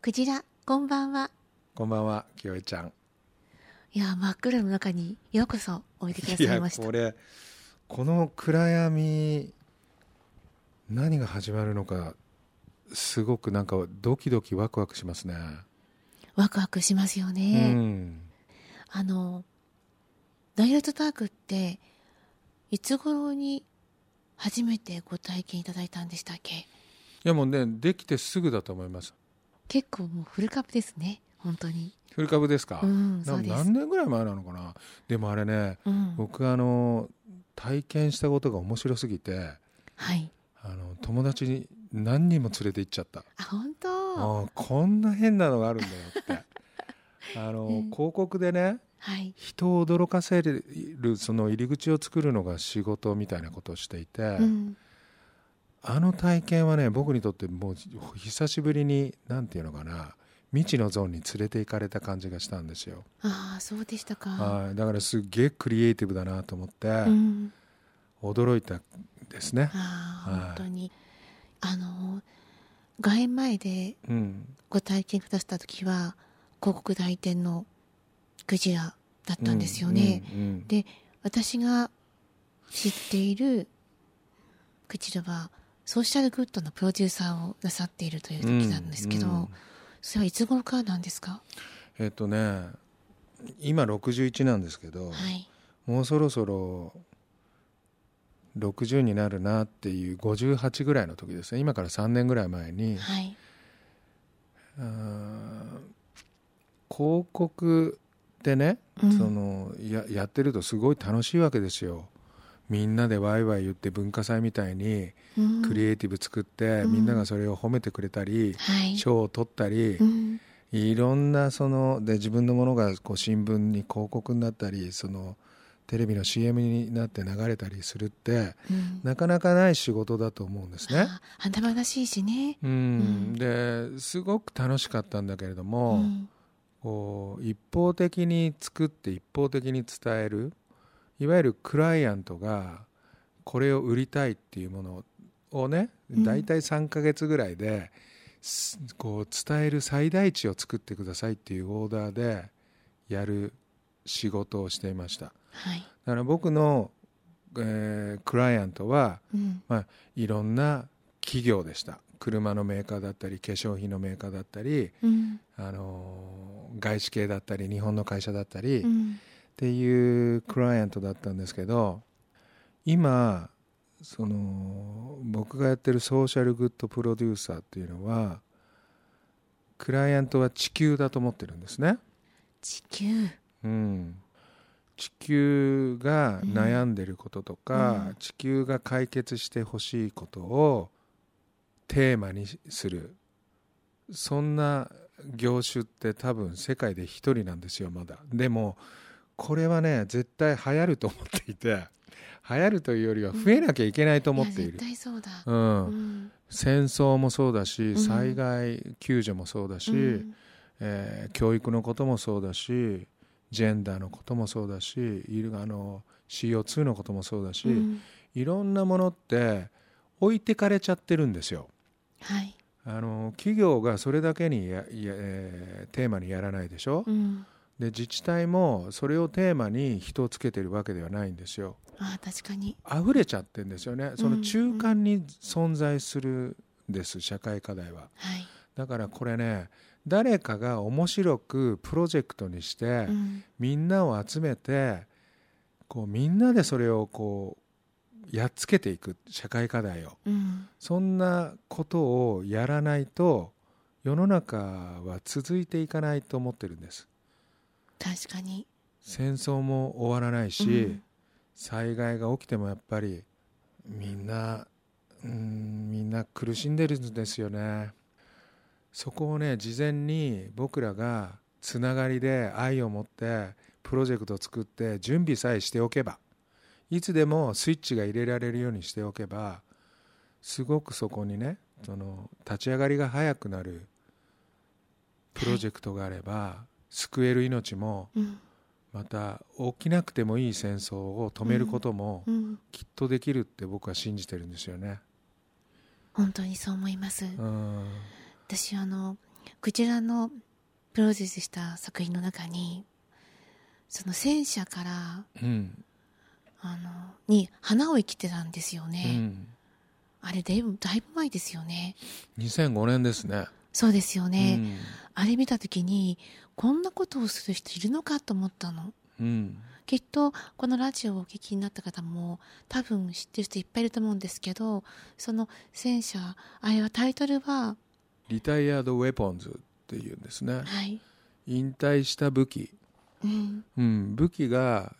クジラ、こんばんは。 こんばんは、清江ちゃん。 いや、真っ暗の中にようこそおいでくださいました。 この暗闇、何が始まるのか、すごくなんかドキドキワクワクしますね。 ワクワクしますようね。 ん。 ダイエットタークっていつ頃に初めてご体験いただいたんでしたっけ？ いやもうね、できてすぐだと思います。 結構もうフル株ですね、本当に。 フル株ですか？ そうです。 何年ぐらい前なのかな。でもあれね、僕体験したことが面白すぎて、 はい。 友達に何人も連れて行っちゃった。 本当？ こんな変なのがあるんだよって広告でね、 はい、 人を驚かせるその入り口を作るのが仕事みたいなことをしていて、あの体験はね、僕にとってもう久しぶりになんていうのかな、未知のゾーンに連れて行かれた感じがしたんですよ。 ああ、そうでしたか。 だからすっげえクリエイティブだなと思って、驚いたんですね。 本当に外苑前でご体験くださった時は、広告代理店のクジラだったんですよね。で、私が知っているクジラはソーシャルグッドのプロデューサーをなさっているという時なんですけど、それはいつ頃からなんですか？ 今61なんですけど、もうそろそろ60になるなっていう58ぐらいの時ですね。今から3年ぐらい前に、広告でね、やってるとすごい楽しいわけですよ。みんなでワイワイ言って文化祭みたいにクリエイティブ作って、みんながそれを褒めてくれたり、賞を取ったり、いろんなで自分のものが新聞に広告になったり、テレビの CM になって流れたりするって、なかなかない仕事だと思うんですね。 華々しいしね。 ですごく楽しかったんだけれども、一方的に作って一方的に伝える、いわゆるクライアントがこれを売りたいっていうものをね、だいたい3ヶ月ぐらいで伝える最大値を作ってくださいっていうオーダーでやる仕事をしていました。だから僕の、クライアントは、いろんな企業でした。車のメーカーだったり、化粧品のメーカーだったり、外資系だったり、日本の会社だったり、っていうクライアントだったんですけど、今僕がやってるソーシャルグッドプロデューサーっていうのは、クライアントは地球だと思ってるんですね。 地球、 地球が悩んでることとか、地球が解決してほしいことをテーマにする、そんな業種って多分世界で一人なんですよ、まだ。でもこれはね、絶対流行ると思っていて、流行るというよりは増えなきゃいけないと思っている。 絶対そうだ。 戦争もそうだし、災害救助もそうだし、教育のこともそうだし、ジェンダーのこともそうだし、CO2 のこともそうだし、いろんなものって置いてかれちゃってるんですよ。企業がそれだけにテーマにやらないでしょ。で、自治体もそれをテーマに人をつけてるわけではないんですよ。 確かに溢れちゃってるんですよね。その中間に存在するんです、社会課題は。だからこれね、誰かが面白くプロジェクトにして、みんなを集めてみんなでそれをやっつけていく、社会課題を、そんなことをやらないと世の中は続いていかないと思ってるんです。 確かに戦争も終わらないし、災害が起きてもやっぱりみんな苦しんでるんですよね。そこをね、事前に僕らがつながりで愛を持ってプロジェクトを作って準備さえしておけば、いつでもスイッチが入れられるようにしておけば、すごくそこにね、立ち上がりが早くなるプロジェクトがあれば、救える命も、また起きなくてもいい戦争を止めることもきっとできるって僕は信じてるんですよね。 本当にそう思います。私クジラのプロデュースした作品の中にその戦車から、に花を生きてたんですよね、あれだいぶ前ですよね。 2005年ですね。 そうですよね、あれ見た時にこんなことをする人いるのかと思ったの、きっとこのラジオをお聞きになった方も多分知ってる人いっぱいいると思うんですけど、その戦車、あれはタイトルはリタイアード・ウェポンズっていうんですね、 はい、 引退した武器、武器が、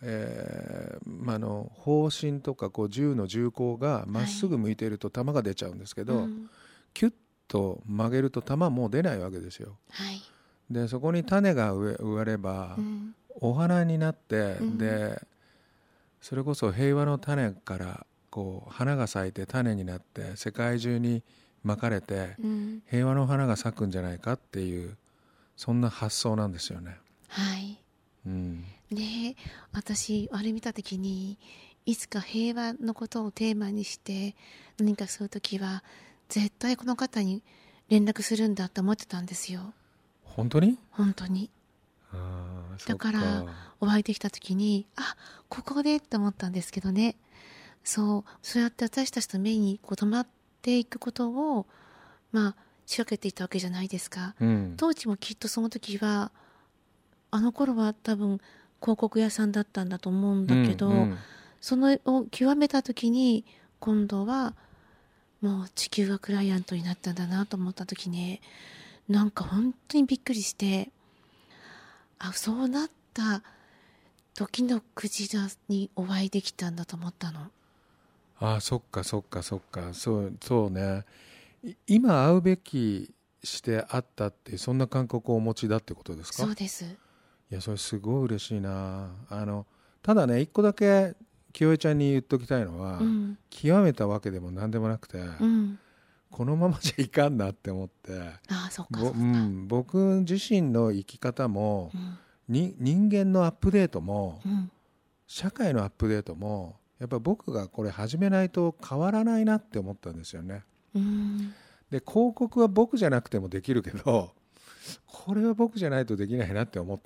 砲身とかこう銃の銃口がまっすぐ向いていると弾が出ちゃうんですけど、キュッと曲げると弾もう出ないわけですよ、でそこに種が植われば、お花になって、でそれこそ平和の種からこう花が咲いて種になって世界中にまかれて、平和の花が咲くんじゃないかっていうそんな発想なんですよね。 はい、で私あれ見た時にいつか平和のことをテーマにして何かする時は絶対この方に連絡するんだと思ってたんですよ。 本当に？ 本当に。だからお会いできた時にここでって思ったんですけどね。そうやって私たちの目にこう止まっていくことを仕掛けていたわけじゃないですか、当時もきっとその時はあの頃は多分広告屋さんだったんだと思うんだけど、そのを極めた時に今度はもう地球がクライアントになったんだなと思った時になんか本当にびっくりして、そうなった時のクジラにお会いできたんだと思ったの。 そっかそうね。今会うべきして会ったってそんな感覚をお持ちだってことですか？ そうです。 いやそれすごい嬉しいな。ただね一個だけ清江ちゃんに言っときたいのは、極めたわけでも何でもなくて、このままじゃいかんなって思って、僕自身の生き方も、人間のアップデートも、社会のアップデートもやっぱ僕がこれ始めないと変わらないなって思ったんですよね。で広告は僕じゃなくてもできるけどこれは僕じゃないとできないなって思った。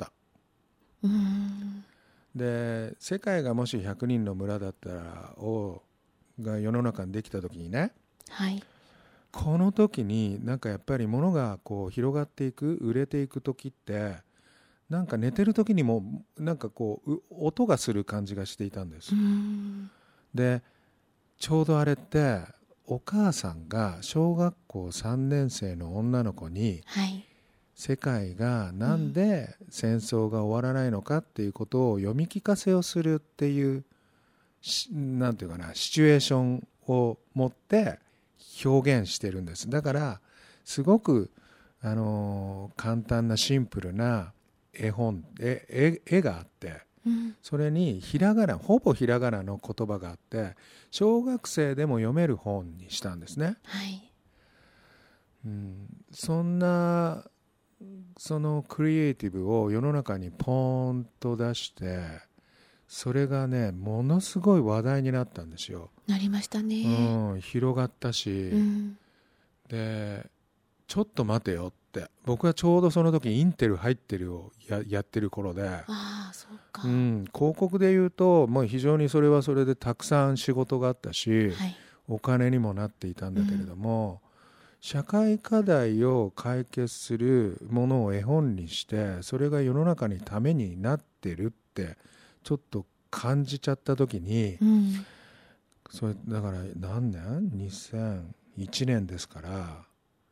で世界がもし100人の村だったらが世の中にできた時にね、この時になんかやっぱり物がこう広がっていく売れていく時ってなんか寝てる時にもなんかこう音がする感じがしていたんです。でちょうどあれってお母さんが小学校3年生の女の子に、世界がなんで戦争が終わらないのかっていうことを読み聞かせをするっていうなんていうかなシチュエーションを持って表現してるんです。だからすごく、簡単なシンプルな絵があって、それにほぼひらがなの言葉があって小学生でも読める本にしたんですね、そんなそのクリエイティブを世の中にポーンと出してそれがねものすごい話題になったんですよ。 なりましたね、 広がったし、でちょっと待てよって僕はちょうどその時インテル入ってるをやってる頃で、 そうか、 広告で言うともう非常にそれはそれでたくさん仕事があったし、お金にもなっていたんだけれども、社会課題を解決するものを絵本にしてそれが世の中にためになってるってちょっと感じちゃった時に、それだから何年 ?2001 年ですから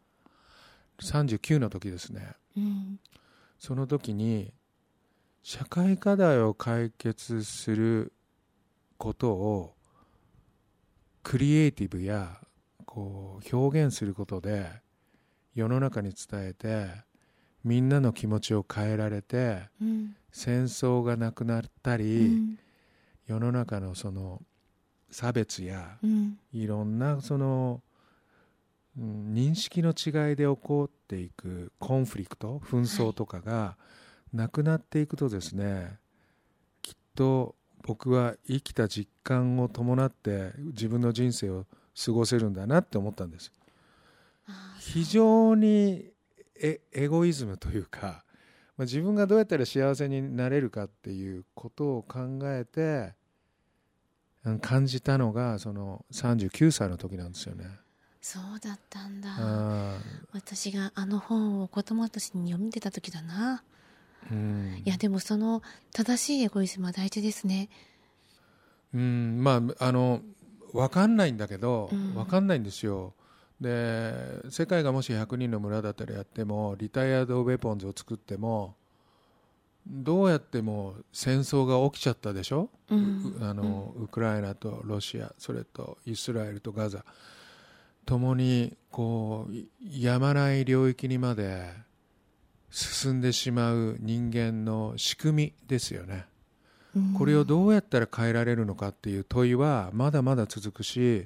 39の時ですね、その時に社会課題を解決することをクリエイティブやこう表現することで世の中に伝えてみんなの気持ちを変えられて、戦争がなくなったり、世の中のその差別や、いろんなその認識の違いで起こっていくコンフリクト紛争とかがなくなっていくとですね、きっと僕は生きた実感を伴って自分の人生を過ごせるんだなって思ったんです。非常にエゴイズムというか、自分がどうやったら幸せになれるかっていうことを考えて感じたのがその39歳の時なんですよね。 そうだったんだ。 あ私があの本を子供たちに読んでた時だな。いやでもその正しいエゴイズムは大事ですね。 分かんないんだけど、分かんないんですよ。で世界がもし100人の村だったらやってもリタイアドウェポンズを作ってもどうやっても戦争が起きちゃったでしょ、ウクライナとロシア、それとイスラエルとガザともにこうやまない領域にまで進んでしまう人間の仕組みですよね。これをどうやったら変えられるのかっていう問いはまだまだ続くし、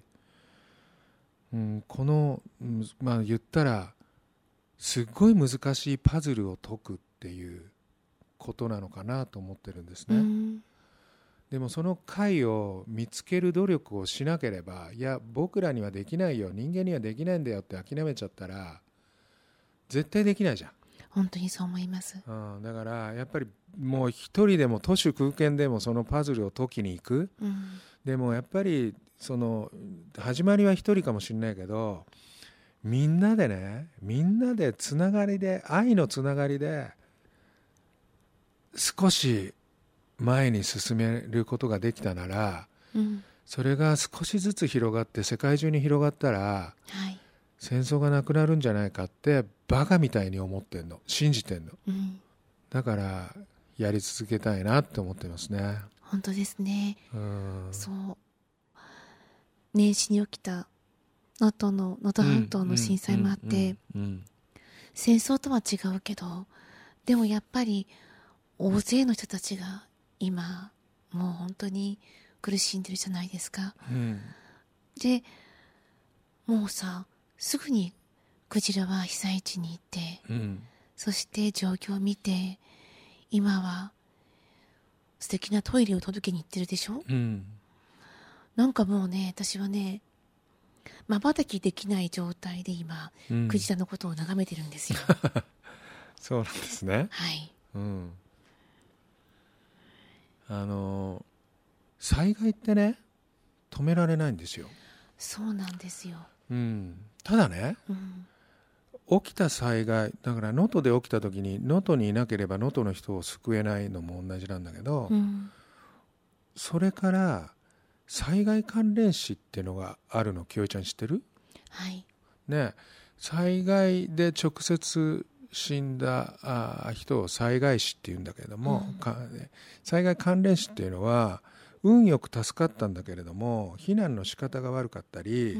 この、言ったらすっごい難しいパズルを解くっていうことなのかなと思ってるんですね。でもその解を見つける努力をしなければ、いや僕らにはできないよ、人間にはできないんだよって諦めちゃったら絶対できないじゃん。 本当にそう思います。 だからやっぱりもう一人でも徒手空拳でもそのパズルを解きに行く、でもやっぱりその始まりは一人かもしれないけど、みんなでつながりで、愛のつながりで少し前に進めることができたなら、それが少しずつ広がって世界中に広がったら、戦争がなくなるんじゃないかってバカみたいに思ってんの、信じてんの、だからやり続けたいなって思ってますね。 本当ですね。そう年始に起きた能登半島の震災もあって、戦争とは違うけど、でもやっぱり大勢の人たちが今もう本当に苦しんでるじゃないですか。でもうさ、すぐにクジラは被災地に行って、そして状況を見て、今は素敵なトイレを届けに行ってるでしょ。なんかもうね、私はね、瞬きできない状態で今、クジラのことを眺めてるんですよ。 そうなんですね。 はい。 災害ってね、止められないんですよ。 そうなんですよ。 ただね、起きた災害だから、能登で起きた時に能登にいなければ能登の人を救えないのも同じなんだけど、それから災害関連死っていうのがあるの、きよいちゃん知ってる？ はいね、災害で直接死んだ人を災害死っていうんだけれども、災害関連死っていうのは運よく助かったんだけれども避難の仕方が悪かったり、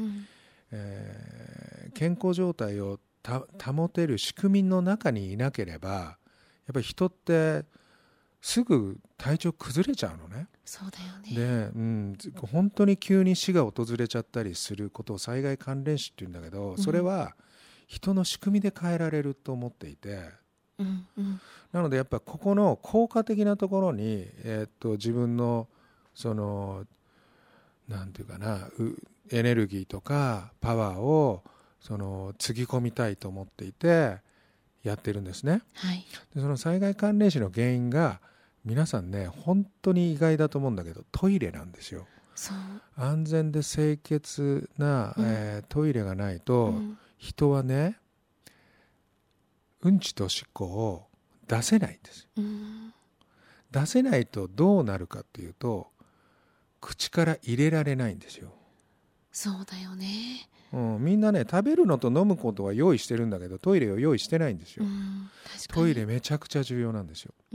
健康状態を保てる仕組みの中にいなければ、やっぱり人ってすぐ体調崩れちゃうのね。 そうだよね。で、本当に急に死が訪れちゃったりすることを災害関連死っていうんだけど、それは人の仕組みで変えられると思っていて、なのでやっぱここの効果的なところに、自分のそのなんていうかな、エネルギーとかパワーをそのつぎ込みたいと思っていてやってるんですね。でその災害関連死の原因が皆さんね、本当に意外だと思うんだけどトイレなんですよ。安全で清潔な、トイレがないと、人はね、うんちとしっこを出せないんですよ。出せないとどうなるかっていうと、口から入れられないんですよ。 そうだよね。 みんなね、食べるのと飲むことは用意してるんだけどトイレを用意してないんですよ。トイレめちゃくちゃ重要なんですよ。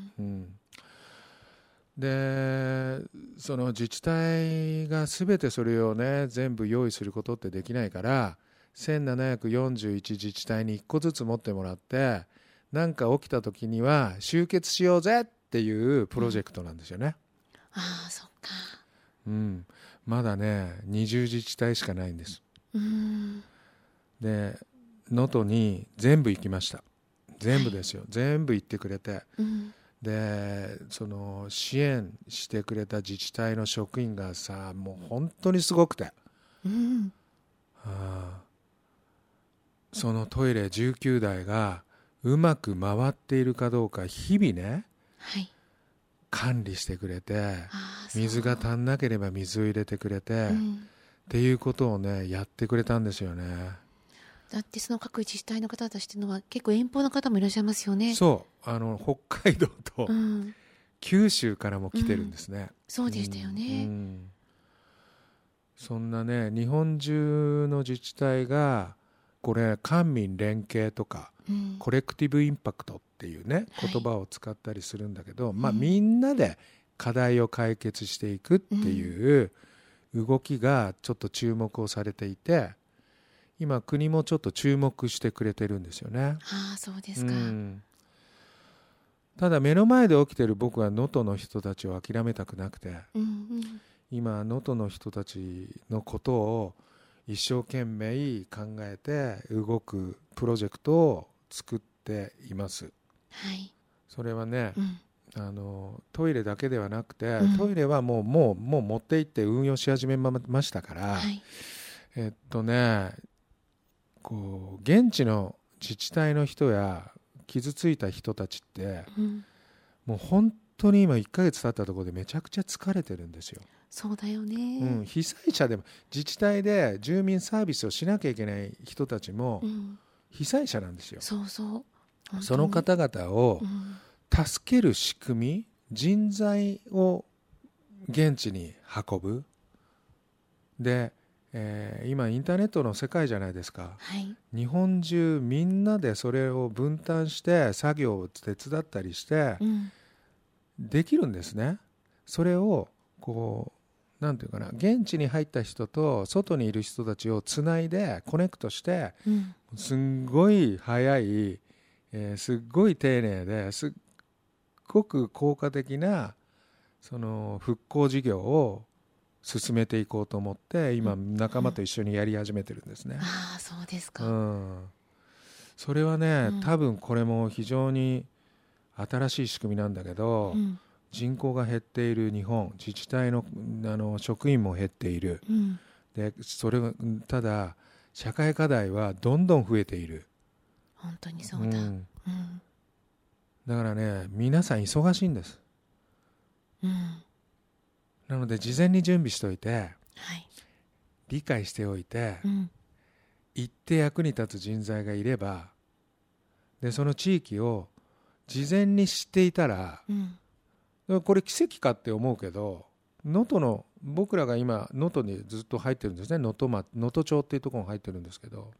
でその自治体が全てそれをね全部用意することってできないから、1741自治体に1個ずつ持ってもらって、何か起きた時には集結しようぜっていうプロジェクトなんですよね。 そっか。 まだね20自治体しかないんです。で能登に全部行きました。全部ですよ、全部行ってくれて、でその支援してくれた自治体の職員がさ、もう本当にすごくて、 そのトイレ19台がうまく回っているかどうか日々ね、 はい、 管理してくれて、水が足んなければ水を入れてくれて、っていうことをねやってくれたんですよね。 だってその各自治体の方たちっていうのは結構遠方の方もいらっしゃいますよね。 そう北海道と九州からも来てるんですね、 そうでしたよね、 そんなね日本中の自治体がこれ官民連携とか、コレクティブインパクトっていうね言葉を使ったりするんだけど、みんなで課題を解決していくっていう動きがちょっと注目をされていて、今国もちょっと注目してくれてるんですよね。 そうですか、 ただ目の前で起きてる僕は能登の人たちを諦めたくなくて、今能登の人たちのことを一生懸命考えて動くプロジェクトを作っています、それはね、トイレだけではなくて、トイレはもう持って行って運用し始めましたから、こう現地の自治体の人や傷ついた人たちって、もう本当に今1ヶ月経ったところでめちゃくちゃ疲れてるんですよ。 そうだよね、 被災者でも自治体で住民サービスをしなきゃいけない人たちも被災者なんですよ、 そうその方々を助ける仕組み、人材を現地に運ぶで、今インターネットの世界じゃないですか、日本中みんなでそれを分担して作業を手伝ったりして、できるんですね。それをこうなんていうかな、現地に入った人と外にいる人たちをつないでコネクトして、すんごい早い、すっごい丁寧ですっごく効果的なその復興事業を進めていこうと思って今仲間と一緒にやり始めてるんですね、 そうですか、 それはね、多分これも非常に新しい仕組みなんだけど、人口が減っている日本、自治体の、職員も減っている、でそれがただ社会課題はどんどん増えている。 本当にそうだ、 だからね皆さん忙しいんです、なので事前に準備しておいて、理解しておいて、行って役に立つ人材がいれば、でその地域を事前に知っていたら、これ奇跡かって思うけど、能登の僕らが今能登にずっと入ってるんですね。能登町っていうところに入ってるんですけど、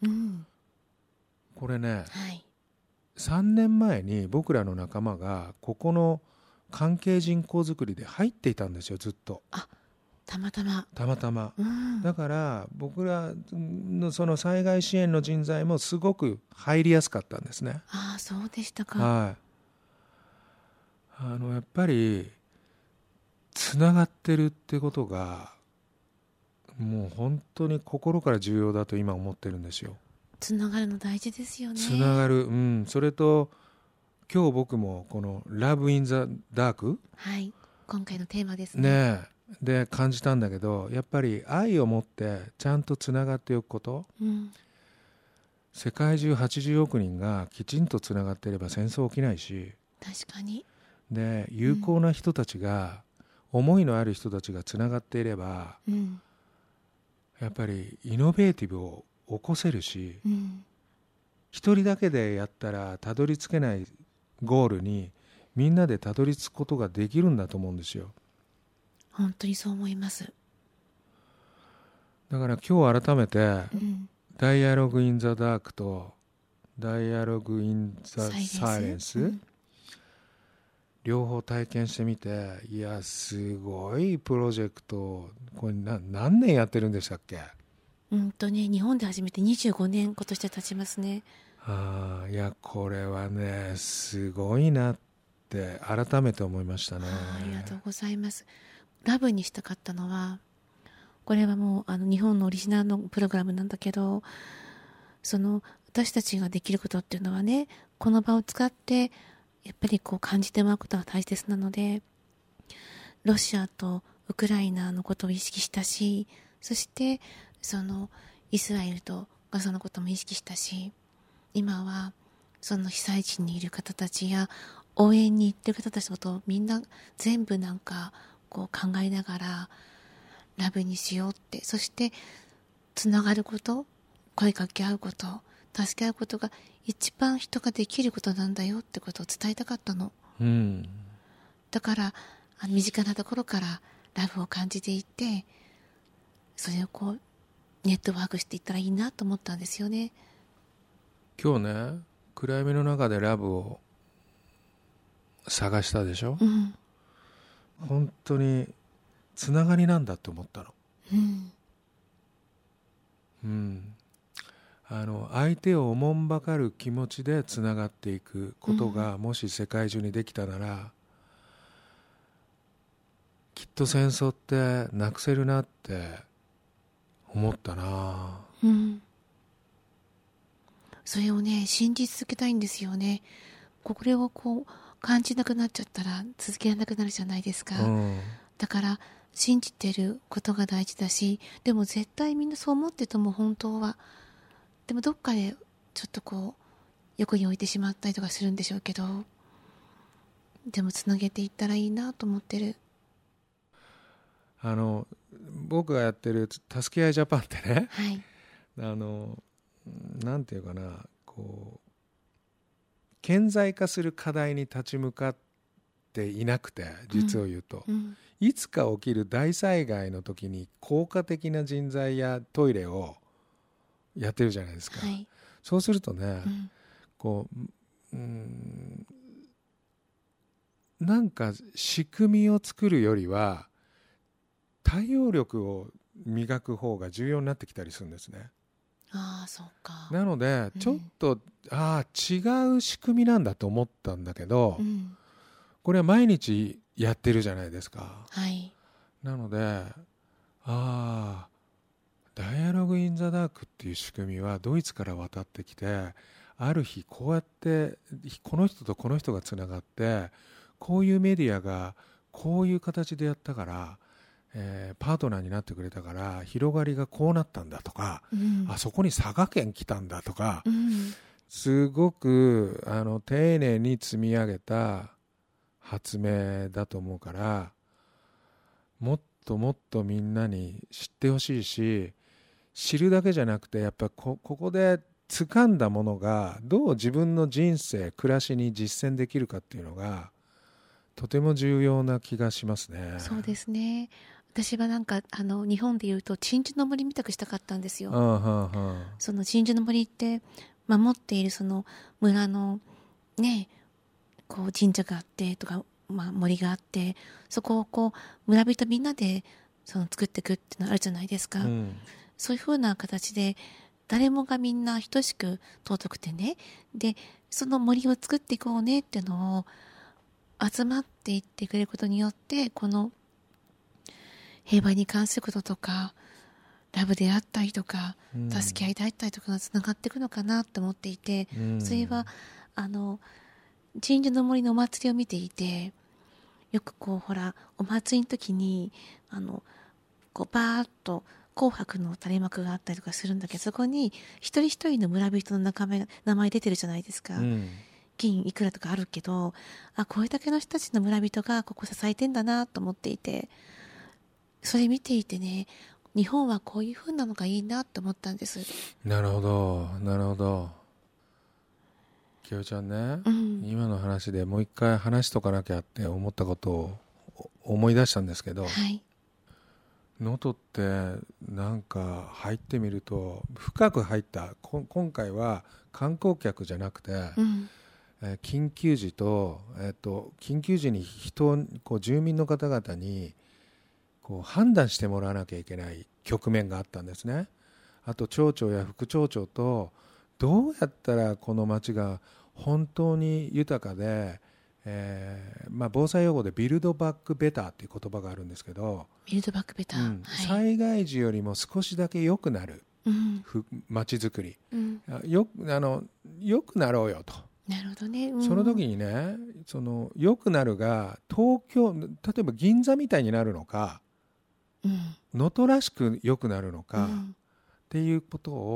これね、3年前に僕らの仲間がここの関係人口づくりで入っていたんですよ、ずっと。 たまたま、 だから僕らのその災害支援の人材もすごく入りやすかったんですね。 そうでしたか。 やっぱりつながってるってことがもう本当に心から重要だと今思ってるんですよ。 つながるの大事ですよね。 つながる、それと今日僕もこの Love in the Dark、 今回のテーマですね。 で感じたんだけど、やっぱり愛を持ってちゃんとつながっておくこと、世界中80億人がきちんとつながっていれば戦争起きないし、 確かに。 で有効な人たちが、思いのある人たちがつながっていれば、やっぱりイノベーティブを起こせるし、一人だけでやったらたどり着けないゴールにみんなでたどり着くことができるんだと思うんですよ。 本当にそう思います。 だから今日改めて、ダイアログインザダークとダイアログインザサイレンス、両方体験してみて、いやすごいプロジェクト、これ何年やってるんでしたっけ。 日本で始めて25年今年で経ちますね。 いやこれはねすごいなって改めて思いましたね。 ありがとうございます。ラブにしたかったのは、これはもう日本のオリジナルのプログラムなんだけど、その私たちができることっていうのはね、この場を使ってやっぱりこう感じてもらうことが大切なので、ロシアとウクライナのことを意識したし、そしてそのイスラエルとそのことも意識したし、今はその被災地にいる方たちや応援に行ってる方たちのことをみんな全部なんかこう考えながらラブにしようって、そしてつながること、声かけ合うこと、助け合うことが一番人ができることなんだよってことを伝えたかったの、だから身近なところからラブを感じていって、それをこうネットワークしていったらいいなと思ったんですよね。 今日ね、暗闇の中でラブを探したでしょ、本当につながりなんだって思ったの。相手をおもんばかる気持ちでつながっていくことが、もし世界中にできたなら、きっと戦争ってなくせるなって思ったな。 それをね信じ続けたいんですよね。これをこう感じなくなっちゃったら続けられなくなるじゃないですか、だから信じてることが大事だし、でも絶対みんなそう思ってると思う、本当は。でもどっかでちょっとこう横に置いてしまったりとかするんでしょうけど、でもつなげていったらいいなと思ってる。 僕がやってる助け合いジャパンってね、 はい、 なんていうかな、こう顕在化する課題に立ち向かっていなくて、実を言うと、いつか起きる大災害の時に効果的な人材やトイレをやってるじゃないですか、そうするとね、こうなんか仕組みを作るよりは対応力を磨く方が重要になってきたりするんですね。 そうか。 なのでちょっと、違う仕組みなんだと思ったんだけど、これは毎日やってるじゃないですか、なのでダイアログインザダークっていう仕組みはドイツから渡ってきて、ある日こうやってこの人とこの人がつながって、こういうメディアがこういう形でやったから、パートナーになってくれたから広がりがこうなったんだとか、そこに佐賀県来たんだとか、すごく丁寧に積み上げた発明だと思うから、もっともっとみんなに知ってほしいし、知るだけじゃなくてやっぱここで掴んだものがどう自分の人生暮らしに実践できるかっていうのがとても重要な気がしますね。 そうですね。私はなんか日本でいうと鎮守の森みたくしたかったんですよ。その鎮守の森って守っているその村のね、こう神社があってとか、森があって、そこをこう村人みんなでその作っていくっていうのあるじゃないですか、そういう風な形で誰もがみんな等しく尊くてね、でその森を作っていこうねっていうのを集まっていってくれることによって、この平和に関することとかラブであったりとか、助け合いであったりとかがつながっていくのかなと思っていて、それは鎮守の森のお祭りを見ていて、よくこうほらお祭りの時にこうバーッと紅白の垂れ幕があったりとかするんだけど、そこに一人一人の村人の名前出てるじゃないですか、金いくらとかあるけど、これだけの人たちの村人がここ支えてんだなと思っていて、それ見ていてね、日本はこういう風なのがいいなと思ったんです。 なるほどなるほど。きよちゃんね、今の話でもう一回話しとかなきゃって思ったことを思い出したんですけど、能登ってなんか入ってみると深く入った。今回は観光客じゃなくて、緊急時と、緊急時に住民の方々に判断してもらわなきゃいけない局面があったんですね。あと町長や副町長とどうやったらこの町が本当に豊かで、防災用語でビルドバックベターっていう言葉があるんですけど、 ビルドバックベター、 災害時よりも少しだけ良くなる、町づくり、よくなろうよと。 なるほどね、 その時にね、その良くなるが東京、例えば銀座みたいになるのか、能登らしく良くなるのか、っていうことを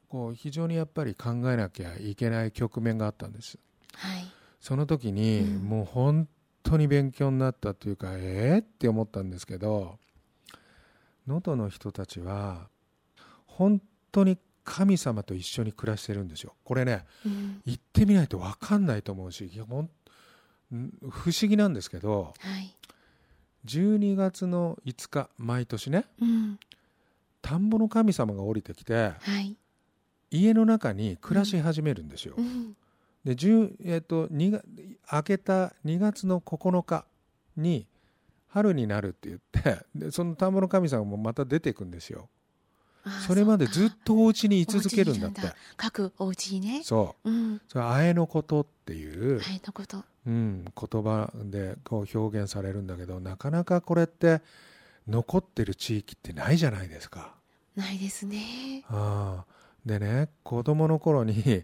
こう非常にやっぱり考えなきゃいけない局面があったんです。 はい、 その時にもう本当に勉強になったというか、って思ったんですけど、能登の人たちは本当に神様と一緒に暮らしてるんですよ。これね、行ってみないと分かんないと思うし、不思議なんですけど、 はい、 12月の5日毎年ね、田んぼの神様が降りてきて、 はい、 家の中に暮らし始めるんですよ。で明けた2月の9日に春になるって言ってでその田んぼの神様もまた出ていくんですよ。それまでずっとお家に居続けるんだって。 各お家にね。 そう、それはあえのことっていう、言葉でこう表現されるんだけど、なかなかこれって残ってる地域ってないじゃないですか。 ないですね。 でね、子供の頃に、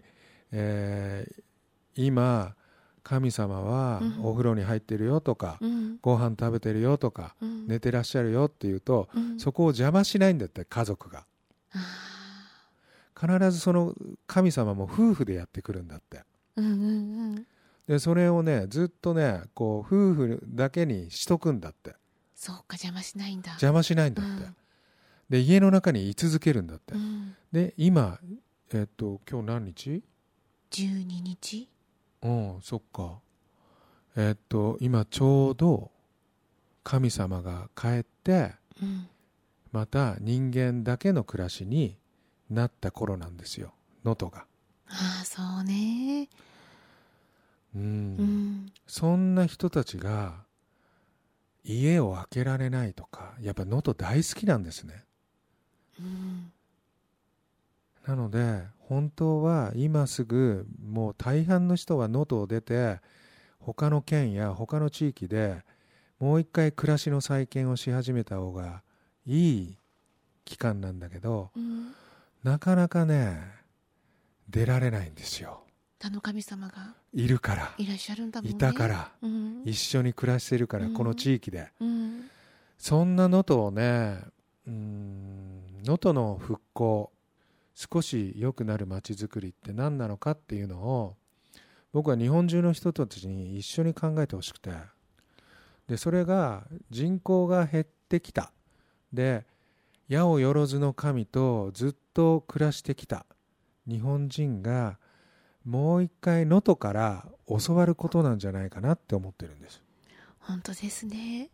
今神様はお風呂に入ってるよとか、ご飯食べてるよとか、寝てらっしゃるよって言うと、そこを邪魔しないんだって、家族が。必ずその神様も夫婦でやってくるんだって。でそれをねずっとねこう夫婦だけにしとくんだって。 そうか、邪魔しないんだ。 邪魔しないんだって。で家の中に居続けるんだって。で今今日何日 ？12日。 そっか。今ちょうど神様が帰って、また人間だけの暮らしになった頃なんですよ、能登が。 そうね。 そんな人たちが家を空けられないとか、やっぱ能登大好きなんですね。なので本当は今すぐもう大半の人は能登を出て他の県や他の地域でもう一回暮らしの再建をし始めた方がいい期間なんだけど、なかなかね出られないんですよ。 他の神様がいるから、 いらっしゃるんだもんね。 いたから、一緒に暮らしてるから、この地域で、そんな能登をね、能登の復興、少し良くなる街づくりって何なのかっていうのを僕は日本中の人たちに一緒に考えてほしくて、でそれが人口が減ってきた、で八百万の神とずっと暮らしてきた日本人がもう一回能登から教わることなんじゃないかなって思ってるんです。 本当ですね。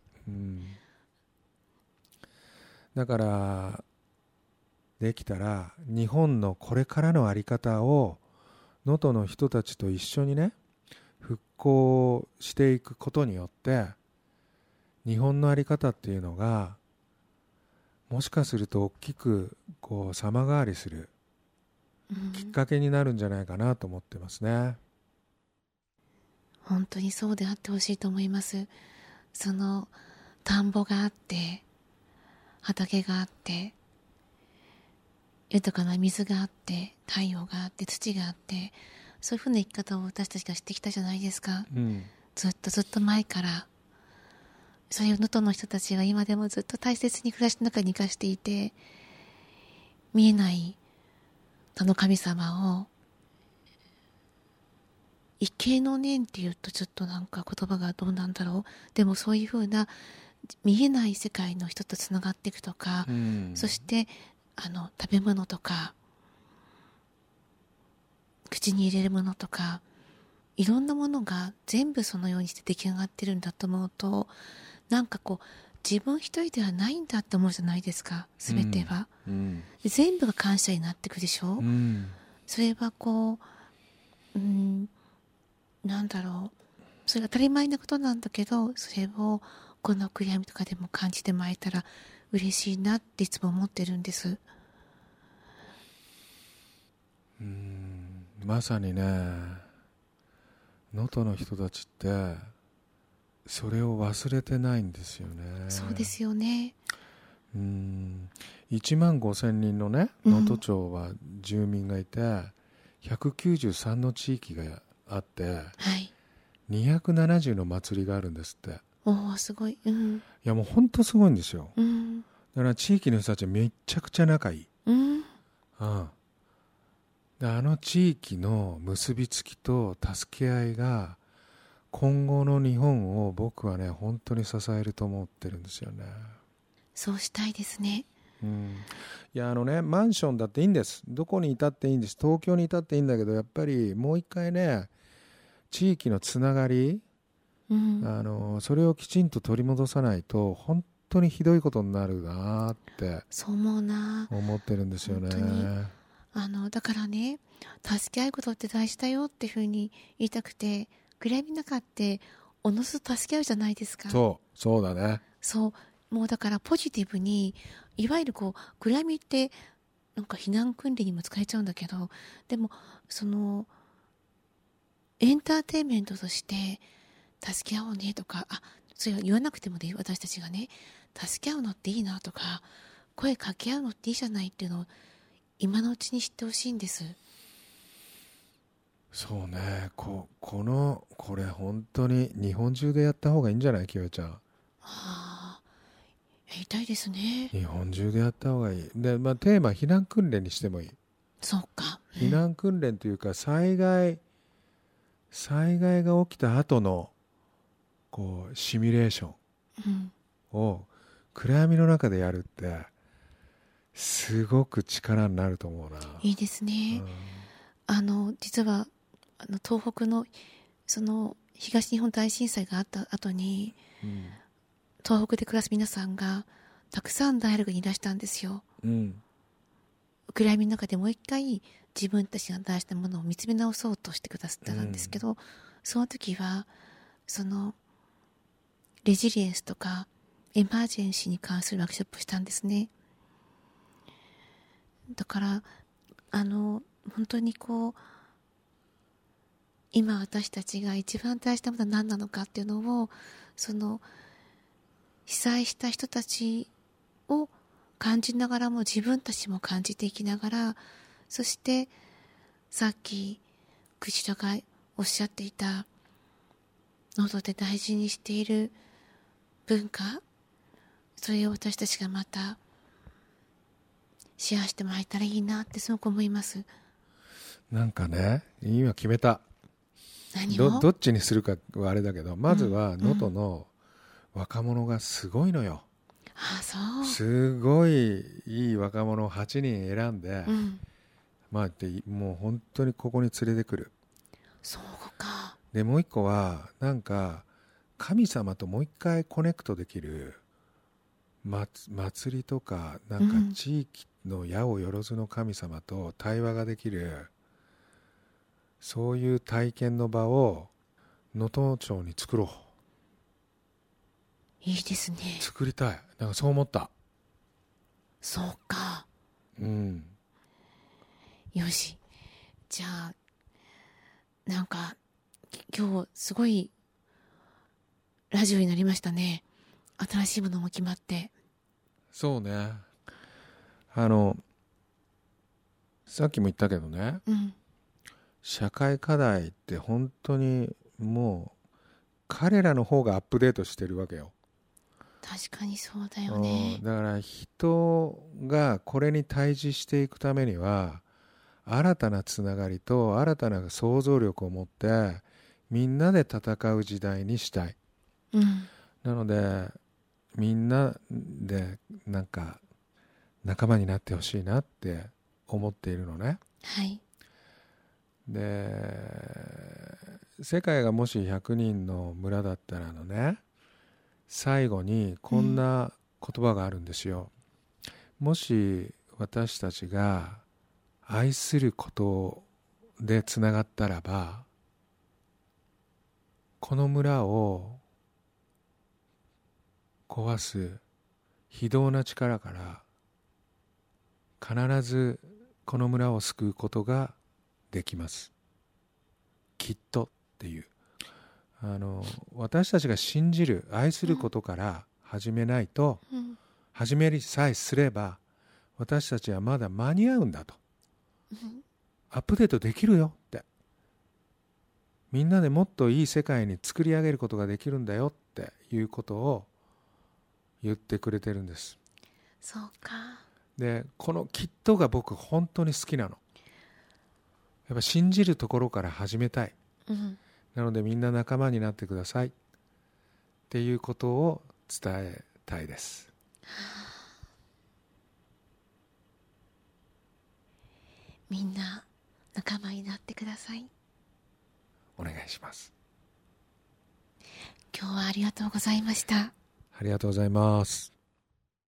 だからできたら日本のこれからの在り方を能登の人たちと一緒にね復興していくことによって日本の在り方っていうのがもしかすると大きくこう様変わりするきっかけになるんじゃないかなと思ってますね。 本当にそうであってほしいと思います。その田んぼがあって畑があって豊かな水があって太陽があって土があって、そういうふうな生き方を私たちがしてきたじゃないですか。ずっと前から。それを能登の人たちが今でもずっと大切に暮らしの中に生かしていて、見えない他の神様を畏敬の念っていうとちょっとなんか言葉がどうなんだろう。でもそういうふうな見えない世界の人とつながっていくとか、そして食べ物とか口に入れるものとかいろんなものが全部そのようにして出来上がってるんだと思うと、なんかこう自分一人ではないんだって思うじゃないですか、全ては。全部が感謝になってくでしょ。それはこうなんだろう、それが当たり前なことなんだけど、それをこの悔やみとかでも感じてもらえたら嬉しいなっていつも思ってるんです。 まさにね、能登の人たちってそれを忘れてないんですよね。 そうですよね。 1万5,000人のね能登町は住民がいて、193の地域があって、270の祭りがあるんですって。 すごい。いやもう本当すごいんですよ。だから地域の人たちめちゃくちゃ仲いい。 あの地域の結びつきと助け合いが今後の日本を僕はね本当に支えると思ってるんですよね。 そうしたいですね。 いやマンションだっていいんです。どこにいたっていいんです。東京にいたっていいんだけど、やっぱりもう一回ね地域のつながり、それをきちんと取り戻さないと本当にひどいことになるなってそう思うな、 思ってるんですよね。 だからね、助け合うことって大事だよっていうふうに言いたくて、暗闇の中っておのずと助け合うじゃないですか。 そうだね。 もうだからポジティブに、いわゆる暗闇ってなんか避難訓練にも使えちゃうんだけど、でもエンターテインメントとして助け合おうねとか、それは言わなくてもね、私たちがね、助け合うのっていいなとか、声かけ合うのっていいじゃないっていうのを今のうちに知ってほしいんです。 そうね、これ本当に日本中でやった方がいいんじゃない、きよちゃん。 やりたいですね。 日本中でやった方がいい。で、テーマ避難訓練にしてもいい。 そうか、 避難訓練というか災害が起きた後のシミュレーションを暗闇の中でやるってすごく力になると思うな。 いいですね。実は東北の東日本大震災があった後に、東北で暮らす皆さんがたくさんダイアログにいらしたんですよ。暗闇の中でもう一回自分たちが出したものを見つめ直そうとしてくださったんですけど、その時はレジリエンスとかエマージェンシーに関するワークショップをしたんですね。だから本当に今私たちが一番大事なものは何なのかっていうのを被災した人たちを感じながらも自分たちも感じていきながら、そしてさっきクジラがおっしゃっていた喉で大事にしている文化、それを私たちがまたシェアしてもらえたらいいなってすごく思います。 なんかね、今決めた。 何をどっちにするかはあれだけど、まずは能登の若者がすごいのよ。 そうすごいいい若者を8人選んで、もう本当にここに連れてくる。 そうか。 でもう一個はなんか神様ともう一回コネクトできる祭りとか、なんか地域の八百万の神様と対話ができる、そういう体験の場を能登町に作ろう。 いいですね。 作りたい。なんかそう思った。 そうか。よし。じゃあなんか今日すごいラジオになりましたね。新しいものも決まって。 そうね。さっきも言ったけどね、社会課題って本当にもう彼らの方がアップデートしてるわけよ。 確かにそうだよね。 だから人がこれに対峙していくためには新たなつながりと新たな想像力を持ってみんなで戦う時代にしたい。なのでみんなでなんか仲間になってほしいなって思っているのね。で、世界がもし100人の村だったらね、最後にこんな言葉があるんですよ。もし私たちが愛することでつながったらば、この村を壊す非道な力から必ずこの村を救うことができます。きっとっていう、私たちが信じる愛することから始めないと、始めさえすれば私たちはまだ間に合うんだと、アップデートできるよって、みんなでもっといい世界に作り上げることができるんだよっていうことを言ってくれてるんです。 そうか。 でこのきっとが僕本当に好きなの。 やっぱ信じるところから始めたい、 うん、 なのでみんな仲間になってくださいっていうことを伝えたいです。 みんな仲間になってください。 お願いします。 今日はありがとうございました。 ありがとうございます。